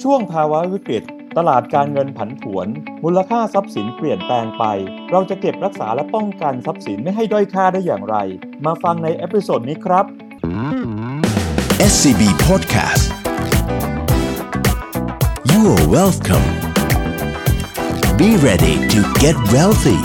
ช่วงภาวะวิกฤตตลาดการเงินผันผวนมูลค่าทรัพย์สินเปลี่ยนแปลงไปเราจะเก็บรักษาและป้องกันทรัพย์สินไม่ให้ด้อยค่าได้อย่างไรมาฟังในเอพิโซดนี้ครับ SCB Podcast You are welcome Be ready to get wealthy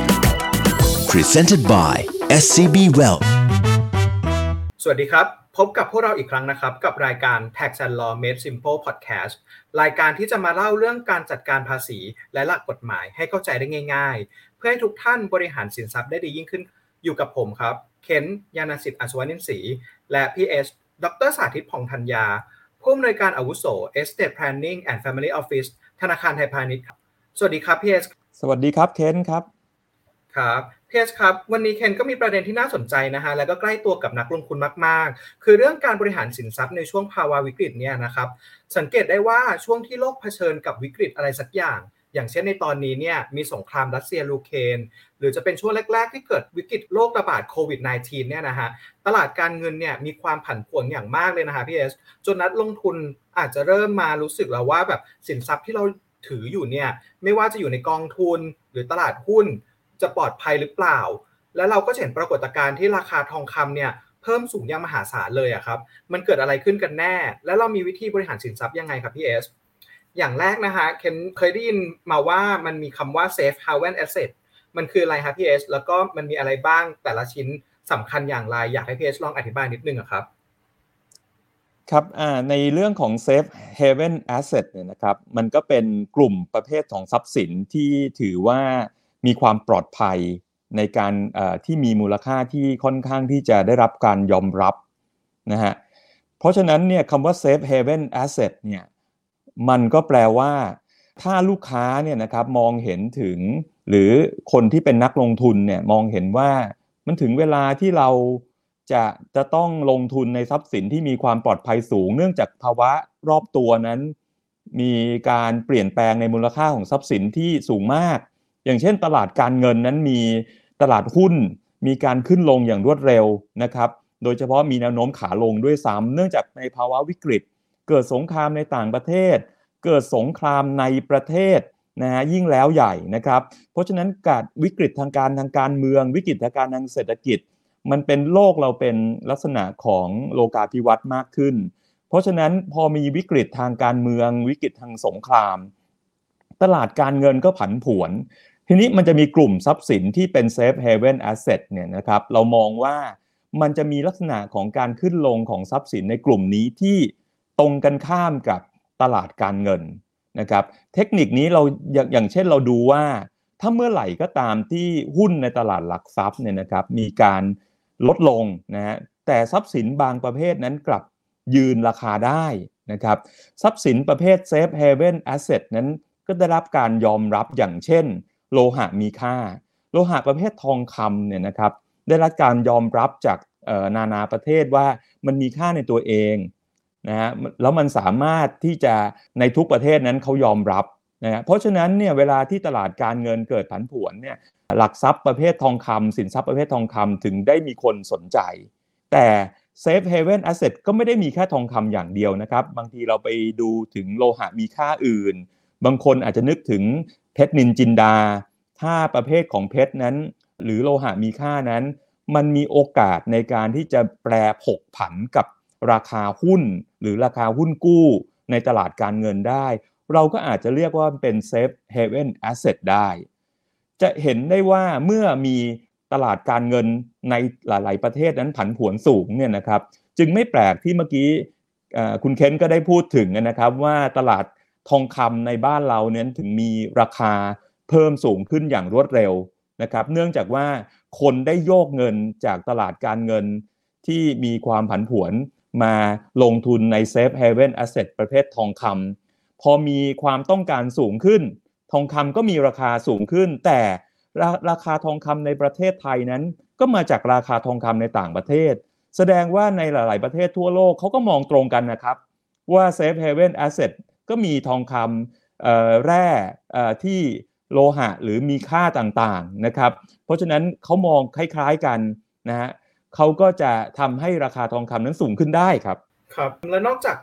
Presented by SCB Wealth สวัสดีครับพบกับพวกเราอีกครั้งนะครับกับรายการ Tax and Law Made Simple Podcast รายการที่จะมาเล่าเรื่องการจัดการภาษีและหลักกฎหมายให้เข้าใจได้ง่ายๆเพื่อให้ทุกท่านบริหารสินทรัพย์ได้ดียิ่งขึ้นอยู่กับผมครับเคนยานาสิทธิ์อัศวนินทรีและพี่เอสดร.สาธิตผ่องธัญญาผู้อำนวยการอาวุโส Estate Planning and Family Office ธนาคารไทยพาณิชย์ครับสวัสดีครับพี่เอสสวัสดีครับเคนครับครับพี่เอสครับวันนี้เคนก็มีประเด็นที่น่าสนใจนะฮะแล้วก็ใกล้ตัวกับนักลงทุนมากๆคือเรื่องการบริหารสินทรัพย์ในช่วงภาวะวิกฤตเนี่ยนะครับสังเกตได้ว่าช่วงที่โลกเผชิญกับวิกฤตอะไรสักอย่างเช่นในตอนนี้เนี่ยมีสงครามรัสเซียยูเครนหรือจะเป็นช่วงแรกๆที่เกิดวิกฤตโรคระบาดโควิด -19 เนี่ยนะฮะตลาดการเงินเนี่ยมีความผันผวนอย่างมากเลยนะฮะพี่เอสจนนักลงทุนอาจจะเริ่มมารู้สึกแล้วว่าแบบสินทรัพย์ที่เราถืออยู่เนี่ยไม่ว่าจะอยู่ในกองทุนหรือตลาดหุ้นจะปลอดภัยหรือเปล่าและเราก็เห็นปรากฏการณ์ที่ราคาทองคำเนี่ยเพิ่มสูงอย่างมหาศาลเลยอะครับมันเกิดอะไรขึ้นกันแน่และเรามีวิธีบริหารสินทรัพย์ยังไงครับพี่เอสอย่างแรกนะฮะเคนเคยได้ยินมาว่ามันมีคำว่า safe haven asset มันคืออะไรครับพี่เอสแล้วก็มันมีอะไรบ้างแต่ละชิ้นสำคัญอย่างไรอยากให้พี่เอสลองอธิบายนิดนึงครับครับในเรื่องของ Safe Haven Asset เนี่ยนะครับมันก็เป็นกลุ่มประเภทของทรัพย์สินที่ถือว่ามีความปลอดภัยในการที่มีมูลค่าที่ค่อนข้างที่จะได้รับการยอมรับนะฮะเพราะฉะนั้นเนี่ยคำว่า Safe Haven Asset เนี่ยมันก็แปลว่าถ้าลูกค้าเนี่ยนะครับมองเห็นถึงหรือคนที่เป็นนักลงทุนเนี่ยมองเห็นว่ามันถึงเวลาที่เราจะต้องลงทุนในทรัพย์สินที่มีความปลอดภัยสูงเนื่องจากภาวะรอบตัวนั้นมีการเปลี่ยนแปลงในมูลค่าของทรัพย์สินที่สูงมากอย่างเช่นตลาดการเงินนั้นมีตลาดหุ้นมีการขึ้นลงอย่างรวดเร็วนะครับโดยเฉพาะมีแนวโน้มขาลงด้วยซ้ำเนื่องจากในภาวะวิกฤตเกิดสงครามในต่างประเทศเกิดสงครามในประเทศนะฮะยิ่งแล้วใหญ่นะครับเพราะฉะนั้นการวิกฤตทางการเมืองวิกฤตทางเศรษฐกิจมันเป็นโลกเราเป็นลักษณะของโลกาภิวัตน์มากขึ้นเพราะฉะนั้นพอมีวิกฤตทางการเมืองวิกฤตทางสงครามตลาดการเงินก็ผันผวนทีนี้มันจะมีกลุ่มทรัพย์สินที่เป็น Safe Haven Asset เนี่ยนะครับเรามองว่ามันจะมีลักษณะของการขึ้นลงของทรัพย์สินในกลุ่มนี้ที่ตรงกันข้ามกับตลาดการเงินนะครับเทคนิคนี้เราอย่างเช่นเราดูว่าถ้าเมื่อไหร่ก็ตามที่หุ้นในตลาดหลักทรัพย์เนี่ยนะครับมีการลดลงนะฮะแต่ทรัพย์สินบางประเภทนั้นกลับยืนราคาได้นะครับทรัพย์สินประเภท Safe Haven Asset นั้นก็ได้รับการยอมรับอย่างเช่นโลหะมีค่าโลหะประเภททองคำเนี่ยนะครับได้รับการยอมรับจากนานาประเทศว่ามันมีค่าในตัวเองนะฮะแล้วมันสามารถที่จะในทุกประเทศนั้นเขายอมรับนะฮะเพราะฉะนั้นเนี่ยเวลาที่ตลาดการเงินเกิดผันผวนเนี่ยหลักทรัพย์ประเภททองคำสินทรัพย์ประเภททองคำถึงได้มีคนสนใจแต่ Safe Haven Asset ก็ไม่ได้มีแค่ทองคำอย่างเดียวนะครับบางทีเราไปดูถึงโลหะมีค่าอื่นบางคนอาจจะนึกถึงเพชรนินจินดาถ้าประเภทของเพชรนั้นหรือโลหะมีค่านั้นมันมีโอกาสในการที่จะแปรผกผันกับราคาหุ้นหรือราคาหุ้นกู้ในตลาดการเงินได้เราก็อาจจะเรียกว่าเป็น Safe Haven Asset ได้จะเห็นได้ว่าเมื่อมีตลาดการเงินในหลายๆประเทศนั้นผันผวนสูงเนี่ยนะครับจึงไม่แปลกที่เมื่อกี้คุณเคนก็ได้พูดถึงนะครับว่าตลาดทองคำในบ้านเราเนี่ยถึงมีราคาเพิ่มสูงขึ้นอย่างรวดเร็วนะครับเนื่องจากว่าคนได้โยกเงินจากตลาดการเงินที่มีความผันผวนมาลงทุนใน Safe Haven Asset ประเภททองคำพอมีความต้องการสูงขึ้นทองคำก็มีราคาสูงขึ้นแต่ราคาทองคำในประเทศไทยนั้นก็มาจากราคาทองคำในต่างประเทศแสดงว่าในหลายๆประเทศทั่วโลกเขาก็มองตรงกันนะครับว่า Safe Haven Asset ก็มีทองคำแร่ที่โลหะหรือมีค่าต่างๆนะครับเพราะฉะนั้นเขามองคล้ายๆกันนะฮะเขาก็จะทำให้ราคาทองคำนั้นสูงขึ้นได้ครับครับและนอกจาก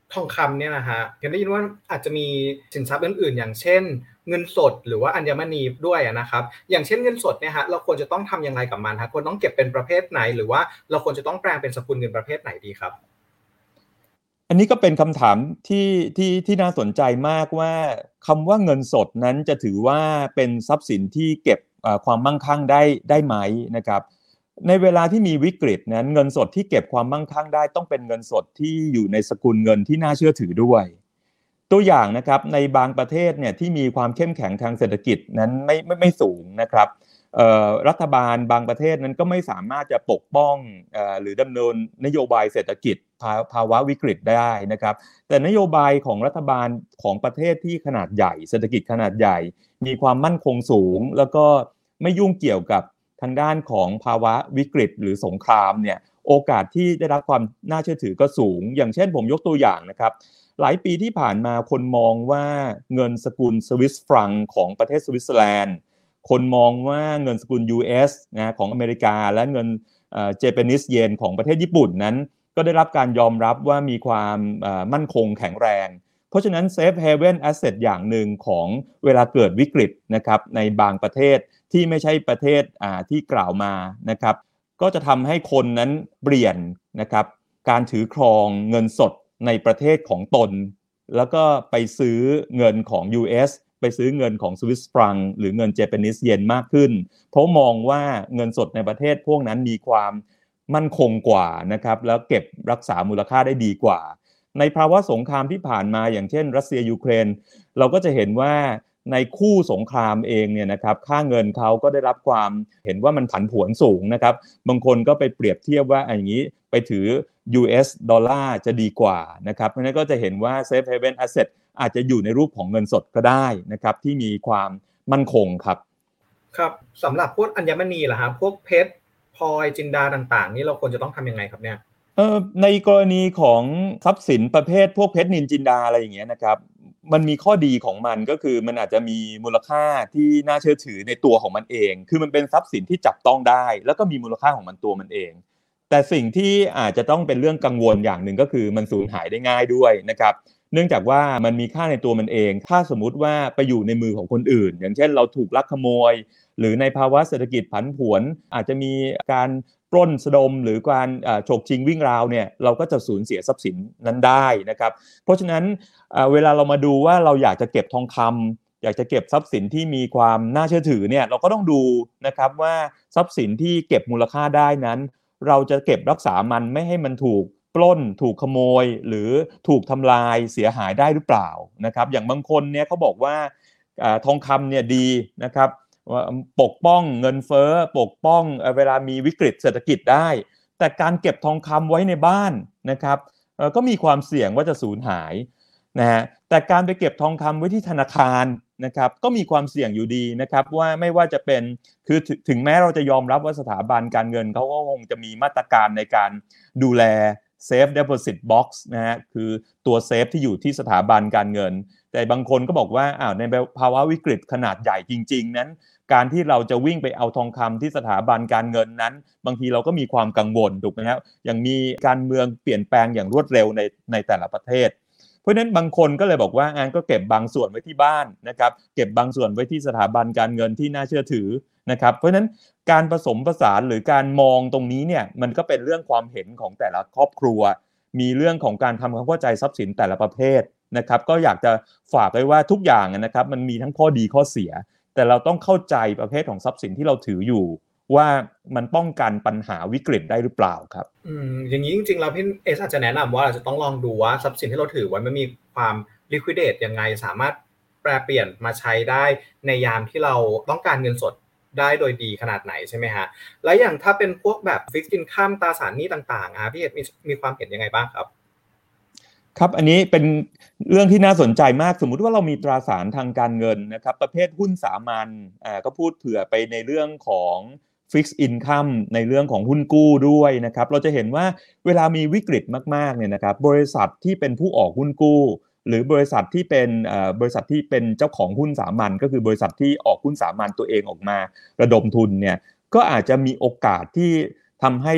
ทองคำเนี่ยนะฮะเห็นได้ยินว่าอาจจะมีสินทรัพย์อื่นๆอย่างเช่นเงินสดหรือว่าอัญมณีด้วยนะครับอย่างเช่นเงินสดเนี่ยฮะเราควรจะต้องทำยังไงกับมันครับควรต้องเก็บเป็นประเภทไหนหรือว่าเราควรจะต้องแปลงเป็นสกุลเงินประเภทไหนดีครับอันนี้ก็เป็นคำถามที่น่าสนใจมากว่าคำว่าเงินสดนั้นจะถือว่าเป็นทรัพย์สินที่เก็บความมั่งคั่งได้ไหมนะครับในเวลาที่มีวิกฤตนั้นเงินสดที่เก็บความมั่งคั่งได้ต้องเป็นเงินสดที่อยู่ในสกุลเงินที่น่าเชื่อถือด้วยตัวอย่างนะครับในบางประเทศเนี่ยที่มีความเข้มแข็งทางเศรษฐกิจนั้นไม่สูงนะครับรัฐบาลบางประเทศนั้นก็ไม่สามารถจะปกป้องหรือดำเนินนโยบายเศรษฐกิจภาวะวิกฤตได้นะครับแต่นโยบายของรัฐบาลของประเทศที่ขนาดใหญ่เศรษฐกิจขนาดใหญ่มีความมั่นคงสูงแล้วก็ไม่ยุ่งเกี่ยวกับทางด้านของภาวะวิกฤตหรือสงครามเนี่ยโอกาสที่ได้รับความน่าเชื่อถือก็สูงอย่างเช่นผมยกตัวอย่างนะครับหลายปีที่ผ่านมาคนมองว่าเงินสกุลสวิสฟรังของประเทศสวิตเซอร์แลนด์คนมองว่าเงินสกุล US นะของอเมริกาและเงินJapanese yen ของประเทศญี่ปุ่นนั้นก็ได้รับการยอมรับว่ามีความมั่นคงแข็งแรงเพราะฉะนั้น Safe Haven Asset อย่างหนึ่งของเวลาเกิดวิกฤตนะครับในบางประเทศที่ไม่ใช่ประเทศที่กล่าวมานะครับก็จะทำให้คนนั้นเปลี่ยนนะครับการถือครองเงินสดในประเทศของตนแล้วก็ไปซื้อเงินของ US ไปซื้อเงินของ Swiss franc หรือเงิน Japanese yen มากขึ้นเพราะมองว่าเงินสดในประเทศพวกนั้นมีความมั่นคงกว่านะครับแล้วเก็บรักษามูลค่าได้ดีกว่าในภาวะสงครามที่ผ่านมาอย่างเช่นรัสเซียยูเครนเราก็จะเห็นว่าในคู่สงครามเองเนี่ยนะครับค่าเงินเขาก็ได้รับความเห็นว่ามันผันผวนสูงนะครับบางคนก็ไปเปรียบเทียบว่าอย่างนี้ไปถือ US ดอลลาร์จะดีกว่านะครับเพราะฉะนั้นก็จะเห็นว่า Safe Haven Asset อาจจะอยู่ในรูปของเงินสดก็ได้นะครับที่มีความมั่นคงครับครับสำหรับพวกอัญมณีล่ะครับพวกเพชรพลอยจินดาต่างๆนี่เราควรจะต้องทำยังไงครับเนี่ยในกรณีของทรัพย์สินประเภทพวกเพชรนิลจินดาอะไรอย่างเงี้ยนะครับมันมีข้อดีของมันก็คือมันอาจจะมีมูลค่าที่น่าเชื่อถือในตัวของมันเองคือมันเป็นทรัพย์สินที่จับต้องได้แล้วก็มีมูลค่าของมันตัวมันเองแต่สิ่งที่อาจจะต้องเป็นเรื่องกังวลอย่างหนึ่งก็คือมันสูญหายได้ง่ายด้วยนะครับเนื่องจากว่ามันมีค่าในตัวมันเองถ้าสมมุติว่าไปอยู่ในมือของคนอื่นอย่างเช่นเราถูกลักขโมยหรือในภาวะเศรษฐกิจผันผวนอาจจะมีการปล้นสะดมหรือการฉกชิงวิ่งราวเนี่ยเราก็จะสูญเสียทรัพย์สินนั้นได้นะครับเพราะฉะนั้นเวลาเรามาดูว่าเราอยากจะเก็บทองคำอยากจะเก็บทรัพย์สินที่มีความน่าเชื่อถือเนี่ยเราก็ต้องดูนะครับว่าทรัพย์สินที่เก็บมูลค่าได้นั้นเราจะเก็บรักษามันไม่ให้มันถูกปล้นถูกขโมยหรือถูกทำลายเสียหายได้หรือเปล่านะครับอย่างบางคนเนี่ยเขาบอกว่าทองคำเนี่ยดีนะครับปกป้องเงินเฟ้อปกป้องเวลามีวิกฤตเศรษฐกิจได้แต่การเก็บทองคำไว้ในบ้านนะครับก็มีความเสี่ยงว่าจะสูญหายนะฮะแต่การไปเก็บทองคำไว้ที่ธนาคารนะครับก็มีความเสี่ยงอยู่ดีนะครับว่าไม่ว่าจะเป็นคือถึงแม้เราจะยอมรับว่าสถาบันการเงินเขาก็คงจะมีมาตรการในการดูแล Safe Deposit Box นะฮะคือตัวเซฟที่อยู่ที่สถาบันการเงินแต่บางคนก็บอกว่าในภาวะวิกฤตขนาดใหญ่จริงๆนั้นการที่เราจะวิ่งไปเอาทองคำที่สถาบันการเงินนั้นบางทีเราก็มีความกังวลถูกไหมครับอย่างมีการเมืองเปลี่ยนแปลงอย่างรวดเร็วในแต่ละประเทศเพราะฉะนั้นบางคนก็เลยบอกว่าก็เก็บบางส่วนไว้ที่บ้านนะครับเก็บบางส่วนไว้ที่สถาบันการเงินที่น่าเชื่อถือนะครับเพราะฉะนั้นการผสมผสานหรือการมองตรงนี้เนี่ยมันก็เป็นเรื่องความเห็นของแต่ละครอบครัวมีเรื่องของการทำความเข้าใจทรัพย์สินแต่ละประเภทนะครับก็อยากจะฝากไว้ว่าทุกอย่างนะครับมันมีทั้งข้อดีข้อเสียแต่เราต้องเข้าใจประเภทของทรัพย์สินที่เราถืออยู่ว่ามันป้องกันปัญหาวิกฤตได้หรือเปล่าครับอย่างนี้จริงๆเราพี่เอสอาจจะแนะนำว่าเราจะต้องลองดูว่าทรัพย์สินที่เราถือไว้มันมีความ liquidate ยังไงสามารถแปลเปลี่ยนมาใช้ได้ในยามที่เราต้องการเงินสดได้โดยดีขนาดไหนใช่ไหมฮะและอย่างถ้าเป็นพวกแบบ fixed income ตราสารหนี้ต่างๆพี่เอสมีความเห็นยังไงบ้างครับครับอันนี้เป็นเรื่องที่น่าสนใจมากสมมุติว่าเรามีตราสารทางการเงินนะครับประเภทหุ้นสามัญก็พูดเผื่อไปในเรื่องของ Fixed Income ในเรื่องของหุ้นกู้ด้วยนะครับเราจะเห็นว่าเวลามีวิกฤตมากๆเนี่ยนะครับบริษัทที่เป็นผู้ออกหุ้นกู้หรือบริษัทที่เป็นเจ้าของหุ้นสามัญก็คือบริษัทที่ออกหุ้นสามัญตัวเองออกมาระดมทุนเนี่ยก็อาจจะมีโอกาสที่ทำให้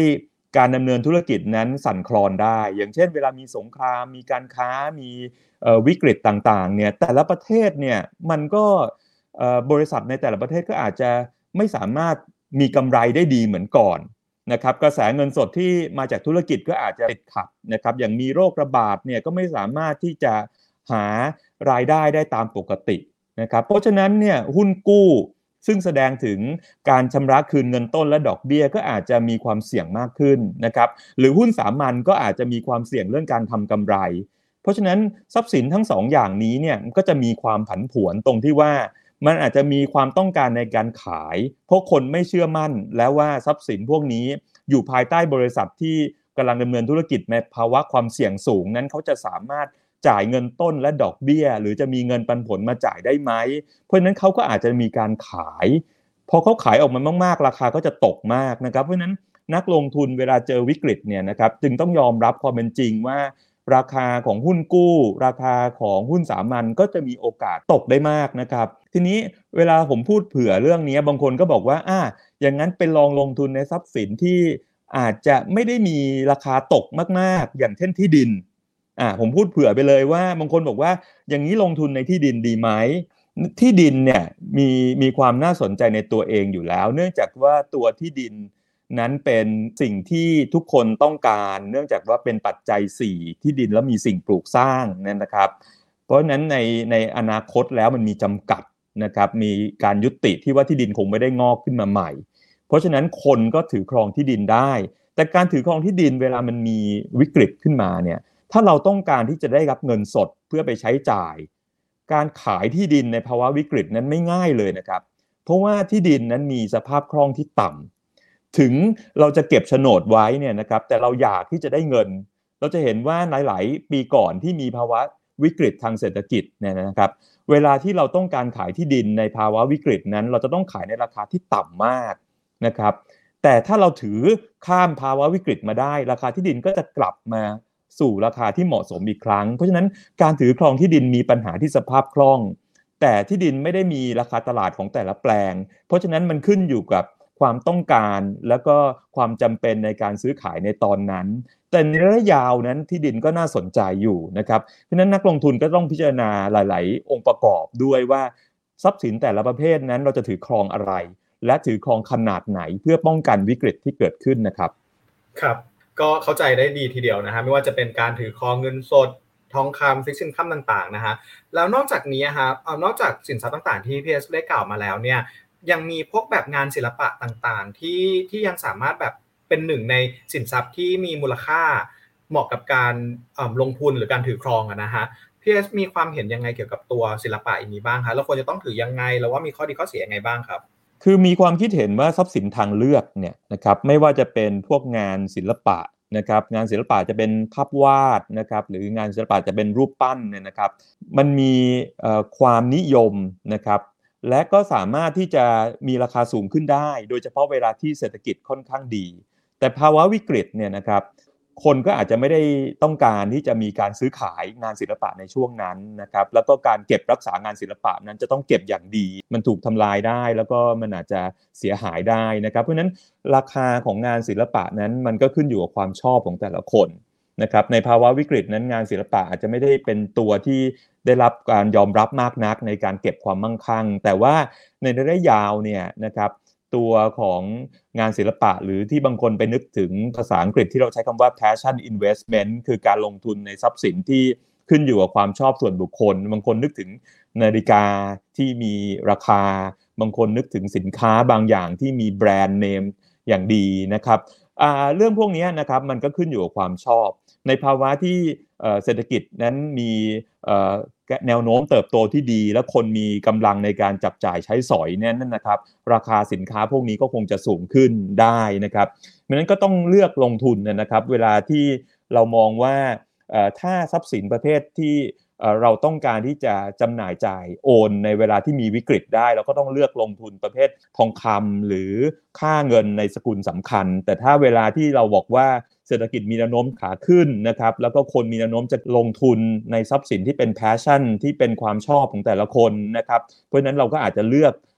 การดำเนินธุรกิจนั้นสั่นคลอนได้อย่างเช่นเวลามีสงครามมีการค้ามีวิกฤตต่างๆเนี่ยแต่ละประเทศเนี่ยมันก็บริษัทในแต่ละประเทศก็อาจจะไม่สามารถมีกำไรได้ดีเหมือนก่อนนะครับกระแสเงินสดที่มาจากธุรกิจก็อาจจะติดขัดนะครับอย่างมีโรคระบาดเนี่ยก็ไม่สามารถที่จะหารายได้ได้ตามปกตินะครับเพราะฉะนั้นเนี่ยหุ้นกู้ซึ่งแสดงถึงการชำระคืนเงินต้นและดอกเบี้ยก็อาจจะมีความเสี่ยงมากขึ้นนะครับหรือหุ้นสามัญก็อาจจะมีความเสี่ยงเรื่องการทำกำไรเพราะฉะนั้นทรัพย์สินทั้งสองอย่างนี้เนี่ยก็จะมีความผันผวนตรงที่ว่ามันอาจจะมีความต้องการในการขายเพราะคนไม่เชื่อมั่นแล้วว่าทรัพย์สินพวกนี้อยู่ภายใต้บริษัทที่กำลังดำเนินธุรกิจในภาวะความเสี่ยงสูงนั้นเขาจะสามารถจ่ายเงินต้นและดอกเบี้ยหรือจะมีเงินปันผลมาจ่ายได้ไหมเพราะฉะนั้นเขาก็อาจจะมีการขายพอเขาขายออกมามากๆราคาก็จะตกมากนะครับเพราะฉะนั้นนักลงทุนเวลาเจอวิกฤตเนี่ยนะครับจึงต้องยอมรับความเป็นจริงว่าราคาของหุ้นกู้ราคาของหุ้นสามัญก็จะมีโอกาสตกได้มากนะครับทีนี้เวลาผมพูดเผื่อเรื่องนี้บางคนก็บอกว่าอย่างนั้นไปลองลงทุนในทรัพย์สินที่อาจจะไม่ได้มีราคาตกมากๆอย่างเช่นที่ดินผมพูดเผื่อไปเลยว่าบางคนบอกว่าอย่างนี้ลงทุนในที่ดินดีไหมที่ดินเนี่ยมีความน่าสนใจในตัวเองอยู่แล้วเนื่องจากว่าตัวที่ดินนั้นเป็นสิ่งที่ทุกคนต้องการเนื่องจากว่าเป็นปัจจัย4ที่ดินแล้วมีสิ่งปลูกสร้างนั่นนะครับเพราะฉะนั้นในอนาคตแล้วมันมีจำกัดนะครับมีการยุติที่ว่าที่ดินคงไม่ได้งอกขึ้นมาใหม่เพราะฉะนั้นคนก็ถือครองที่ดินได้แต่การถือครองที่ดินเวลามันมีวิกฤตขึ้นมาเนี่ยถ้าเราต้องการที่จะได้รับเงินสดเพื่อไปใช้จ่ายการขายที่ดินในภาวะวิกฤตนั้นไม่ง่ายเลยนะครับเพราะว่าที่ดินนั้นมีสภาพคล่องที่ต่ำถึงเราจะเก็บโฉนดไว้เนี่ยนะครับแต่เราอยากที่จะได้เงินเราจะเห็นว่าหลายๆปีก่อนที่มีภาวะวิกฤตทางเศรษฐกิจเนี่ยนะครับเวลาที่เราต้องการขายที่ดินในภาวะวิกฤตนั้นเราจะต้องขายในราคาที่ต่ำมากนะครับแต่ถ้าเราถือข้ามภาวะวิกฤตมาได้ราคาที่ดินก็จะกลับมาสู่ราคาที่เหมาะสมอีกครั้งเพราะฉะนั้นการถือครองที่ดินมีปัญหาที่สภาพคล่องแต่ที่ดินไม่ได้มีราคาตลาดของแต่ละแปลงเพราะฉะนั้นมันขึ้นอยู่กับความต้องการแล้วก็ความจำเป็นในการซื้อขายในตอนนั้นแต่ในระยะยาวนั้นที่ดินก็น่าสนใจอยู่นะครับเพราะฉะนั้นนักลงทุนก็ต้องพิจารณาหลายๆองค์ประกอบด้วยว่าทรัพย์สินแต่ละประเภทนั้นเราจะถือครองอะไรและถือครองขนาดไหนเพื่อป้องกันวิกฤตที่เกิดขึ้นนะครับครับก็เข้าใจได้ดีทีเดียวนะฮะไม่ว่าจะเป็นการถือครองเงินสดทองคำฟิกซ์อินคัมต่างๆนะฮะแล้วนอกจากนี้ครับนอกจากสินทรัพย์ต่างๆที่พี่เอสได้กล่าวมาแล้วเนี่ยยังมีพวกแบบงานศิลปะต่างๆที่ยังสามารถแบบเป็นหนึ่งในสินทรัพย์ที่มีมูลค่าเหมาะกับการลงทุนหรือการถือครองนะฮะพี่เอสมีความเห็นยังไงเกี่ยวกับตัวศิลปะอันนี้บ้างคะแล้วควรจะต้องถือยังไงแล้วว่ามีข้อดีข้อเสียยังไงบ้างครับคือมีความคิดเห็นว่าทรัพย์สินทางเลือกเนี่ยนะครับไม่ว่าจะเป็นพวกงานศิลปะนะครับงานศิลปะจะเป็นภาพวาดนะครับหรืองานศิลปะจะเป็นรูปปั้นเนี่ยนะครับมันมีความนิยมนะครับและก็สามารถที่จะมีราคาสูงขึ้นได้โดยเฉพาะเวลาที่เศรษฐกิจค่อนข้างดีแต่ภาวะวิกฤตเนี่ยนะครับคนก็อาจจะไม่ได้ต้องการที่จะมีการซื้อขายงานศิลปะในช่วงนั้นนะครับแล้วก็การเก็บรักษางานศิลปะนั้นจะต้องเก็บอย่างดีมันถูกทำลายได้แล้วก็มันอาจจะเสียหายได้นะครับเพราะฉะนั้นราคาของงานศิลปะนั้นมันก็ขึ้นอยู่กับความชอบของแต่ละคนนะครับในภาวะวิกฤตนั้นงานศิลปะอาจจะไม่ได้เป็นตัวที่ได้รับการยอมรับมากนักในการเก็บความมั่งคั่งแต่ว่าในระยะยาวเนี่ยนะครับตัวของงานศิลปะหรือที่บางคนไปนึกถึงภาษาอังกฤษที่เราใช้คำว่า passion investment คือการลงทุนในทรัพย์สินที่ขึ้นอยู่กับความชอบส่วนบุคคลบางคนนึกถึงนาฬิกาที่มีราคาบางคนนึกถึงสินค้าบางอย่างที่มีแบรนด์เนมอย่างดีนะครับเรื่องพวกนี้นะครับมันก็ขึ้นอยู่กับความชอบในภาวะที่เศรษฐกิจนั้นมีแนวโน้มเติบโตที่ดีและคนมีกำลังในการจับจ่ายใช้สอยนั่นนะครับราคาสินค้าพวกนี้ก็คงจะสูงขึ้นได้นะครับเพราะฉะนั้นก็ต้องเลือกลงทุนนะครับเวลาที่เรามองว่าถ้าทรัพย์สินประเภทที่เราต้องการที่จะจำหน่ายจ่ายโอนในเวลาที่มีวิกฤตได้เราก็ต้องเลือกลงทุนประเภททองคำหรือค่าเงินในสกุลสำคัญแต่ถ้าเวลาที่เราบอกว่าเศรษฐกิจมีแนวโน้มขาขึ้นนะครับแล้วก็คนมีแนวโน้มจะลงทุนในทรัพย์สินที่เป็น passion ที่เป็นความชอบของแต่ละคนนะครับเพราะฉะนั้นเราก็อาจจะเลือก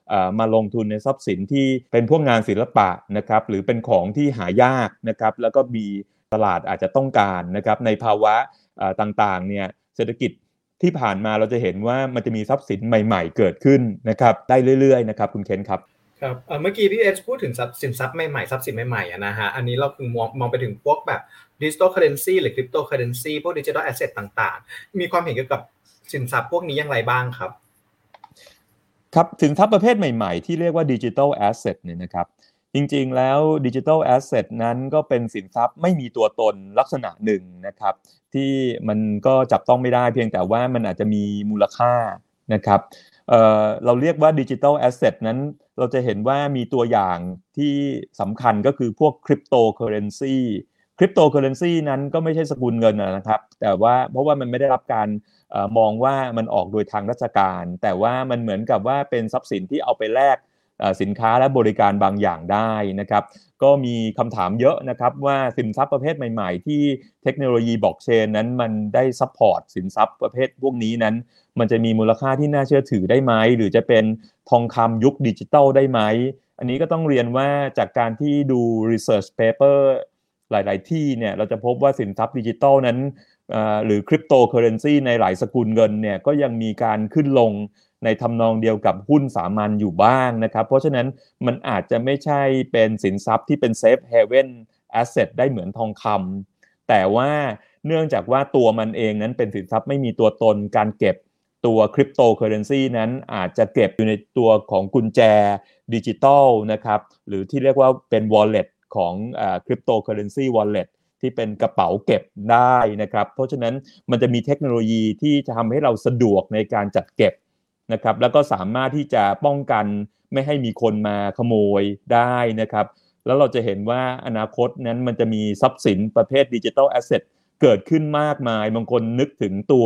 มาลงทุนในทรัพย์สินที่เป็นพวกงานศิลปะนะครับหรือเป็นของที่หายากนะครับแล้วก็มีตลาดอาจจะต้องการนะครับในภาวะต่างๆเนี่ยเศรษฐกิจที่ผ่านมาเราจะเห็นว่ามันจะมีทรัพย์สินใหม่ๆเกิดขึ้นนะครับได้เรื่อยๆนะครับคุณเคนครับครับเมื่อกี้พี่เอสพูดถึงสินทรัพย์ใหม่ๆทรัพย์สินใหม่ๆนะฮะอันนี้เราคือมองไปถึงพวกแบบดิจิทัลเคอเรนซีหรือคริปโตเคอเรนซีพวกดิจิทัลแอสเซทต่างๆมีความเห็นเกี่ยวกับสินทรัพย์พวกนี้อย่างไรบ้างครับครับสินทรัพย์ประเภทใหม่ๆที่เรียกว่าดิจิทัลแอสเซทเนี่ยนะครับจริงๆแล้วดิจิทัลแอสเซทนั้นก็เป็นสินทรัพย์ไม่มีตัวตนลักษณะหนึ่งนะครับที่มันก็จับต้องไม่ได้เพียงแต่ว่ามันอาจจะมีมูลค่านะครับเราเรียกว่าดิจิทัลแอสเซทนั้นเราจะเห็นว่ามีตัวอย่างที่สำคัญก็คือพวกคริปโตเคอเรนซีนั้นก็ไม่ใช่สกุลเงินนะครับแต่ว่าเพราะว่ามันไม่ได้รับการมองว่ามันออกโดยทางราชการแต่ว่ามันเหมือนกับว่าเป็นทรัพย์สินที่เอาไปแลกสินค้าและบริการบางอย่างได้นะครับก็มีคำถามเยอะนะครับว่าสินทรัพย์ประเภทใหม่ๆที่เทคโนโลยีบล็อกเชนนั้นมันได้ซัพพอร์ตสินทรัพย์ประเภทพวกนี้นั้นมันจะมีมูลค่าที่น่าเชื่อถือได้ไหมหรือจะเป็นทองคำยุคดิจิทัลได้ไหมอันนี้ก็ต้องเรียนว่าจากการที่ดู research paper หลายๆที่เนี่ยเราจะพบว่าสินทรัพย์ดิจิทัลนั้นหรือคริปโตเคอเรนซีในหลายสกุลเงินเนี่ยก็ยังมีการขึ้นลงในทำนองเดียวกับหุ้นสามัญอยู่บ้างนะครับเพราะฉะนั้นมันอาจจะไม่ใช่เป็นสินทรัพย์ที่เป็น safe haven asset ได้เหมือนทองคำแต่ว่าเนื่องจากว่าตัวมันเองนั้นเป็นสินทรัพย์ไม่มีตัวตนการเก็บตัวคริปโตเคอเรนซีนั้นอาจจะเก็บอยู่ในตัวของกุญแจดิจิทัลนะครับหรือที่เรียกว่าเป็น wallet ของcryptocurrency wallet ที่เป็นกระเป๋าเก็บได้นะครับเพราะฉะนั้นมันจะมีเทคโนโลยีที่จะทำให้เราสะดวกในการจัดเก็บนะครับแล้วก็สามารถที่จะป้องกันไม่ให้มีคนมาขโมยได้นะครับแล้วเราจะเห็นว่าอนาคตนั้นมันจะมีทรัพย์สินประเภทดิจิทัลแอสเซทเกิดขึ้นมากมายบางคนนึกถึงตัว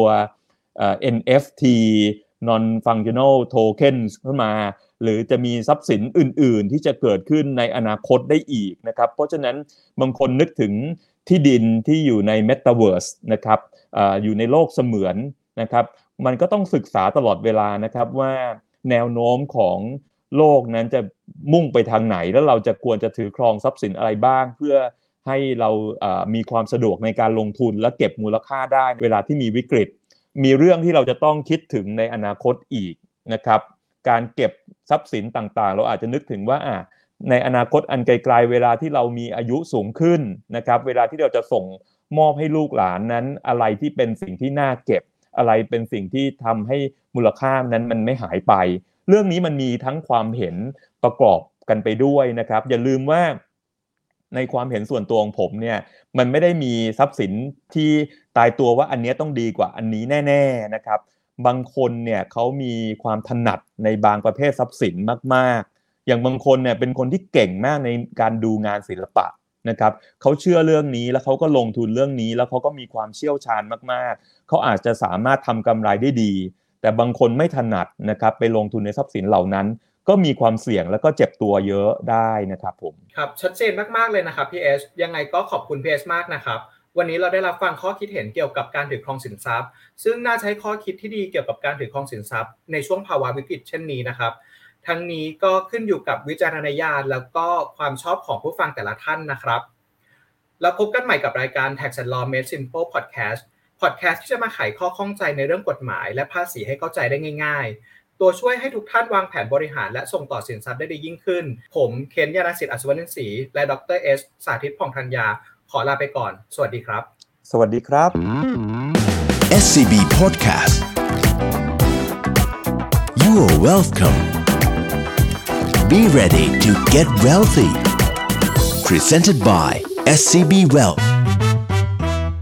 NFT non functional tokens เข้ามาหรือจะมีทรัพย์สินอื่นๆที่จะเกิดขึ้นในอนาคตได้อีกนะครับเพราะฉะนั้นบางคนนึกถึงที่ดินที่อยู่ใน Metaverse นะครับอยู่ในโลกเสมือนนะครับมันก็ต้องศึกษาตลอดเวลานะครับว่าแนวโน้มของโลกนั้นจะมุ่งไปทางไหนแล้วเราจะควรจะถือครองทรัพย์สินอะไรบ้างเพื่อให้เรามีความสะดวกในการลงทุนและเก็บมูลค่าได้เวลาที่มีวิกฤตมีเรื่องที่เราจะต้องคิดถึงในอนาคตอีกนะครับการเก็บทรัพย์สินต่างๆเราอาจจะนึกถึงว่าในอนาคตอันไกลๆเวลาที่เรามีอายุสูงขึ้นนะครับเวลาที่เราจะส่งมอบให้ลูกหลานนั้นอะไรที่เป็นสิ่งที่น่าเก็บอะไรเป็นสิ่งที่ทำให้มูลค่านั้นมันไม่หายไปเรื่องนี้มันมีทั้งความเห็นประกอบกันไปด้วยนะครับอย่าลืมว่าในความเห็นส่วนตัวของผมเนี่ยมันไม่ได้มีทรัพย์สินที่ตายตัวว่าอันนี้ต้องดีกว่าอันนี้แน่ๆนะครับบางคนเนี่ยเขามีความถนัดในบางประเภททรัพย์สินมากๆอย่างบางคนเนี่ยเป็นคนที่เก่งมากในการดูงานศิลปะนะครับเขาเชื่อเรื่องนี้แล้วเขาก็ลงทุนเรื่องนี้แล้วเขาก็มีความเชี่ยวชาญมากๆเขาอาจจะสามารถทำกำไรได้ดีแต่บางคนไม่ถนัดนะครับไปลงทุนในทรัพย์สินเหล่านั้นก็มีความเสี่ยงแล้วก็เจ็บตัวเยอะได้นะครับผมครับชัดเจนมากๆเลยนะครับพี่เอสยังไงก็ขอบคุณพี่เอสมากนะครับวันนี้เราได้รับฟังข้อคิดเห็นเกี่ยวกับการถือครองสินทรัพย์ซึ่งน่าใช้ข้อคิดที่ดีเกี่ยวกับการถือครองสินทรัพย์ในช่วงภาวะวิกฤตเช่นนี้นะครับทั้งนี้ก็ขึ้นอยู่กับวิจารณญาณแล้วก็ความชอบของผู้ฟังแต่ละท่านนะครับแล้วพบกันใหม่กับรายการ Tax and Law Made Simple Podcast ที่จะมาไขข้อข้องใจในเรื่องกฎหมายและภาษีให้เข้าใจได้ง่ายๆตัวช่วยให้ทุกท่านวางแผนบริหารและส่งต่อสินทรัพย์ได้ดียิ่งขึ้นผมเคนยานสิทธิ์อัศวนินทร์ศรีและดร.เอสสาธิตผ่องธัญญาขอลาไปก่อนสวัสดีครับสวัสดีครับ SCB Podcast You are welcome Be ready to get wealthy Presented by SCB Wealth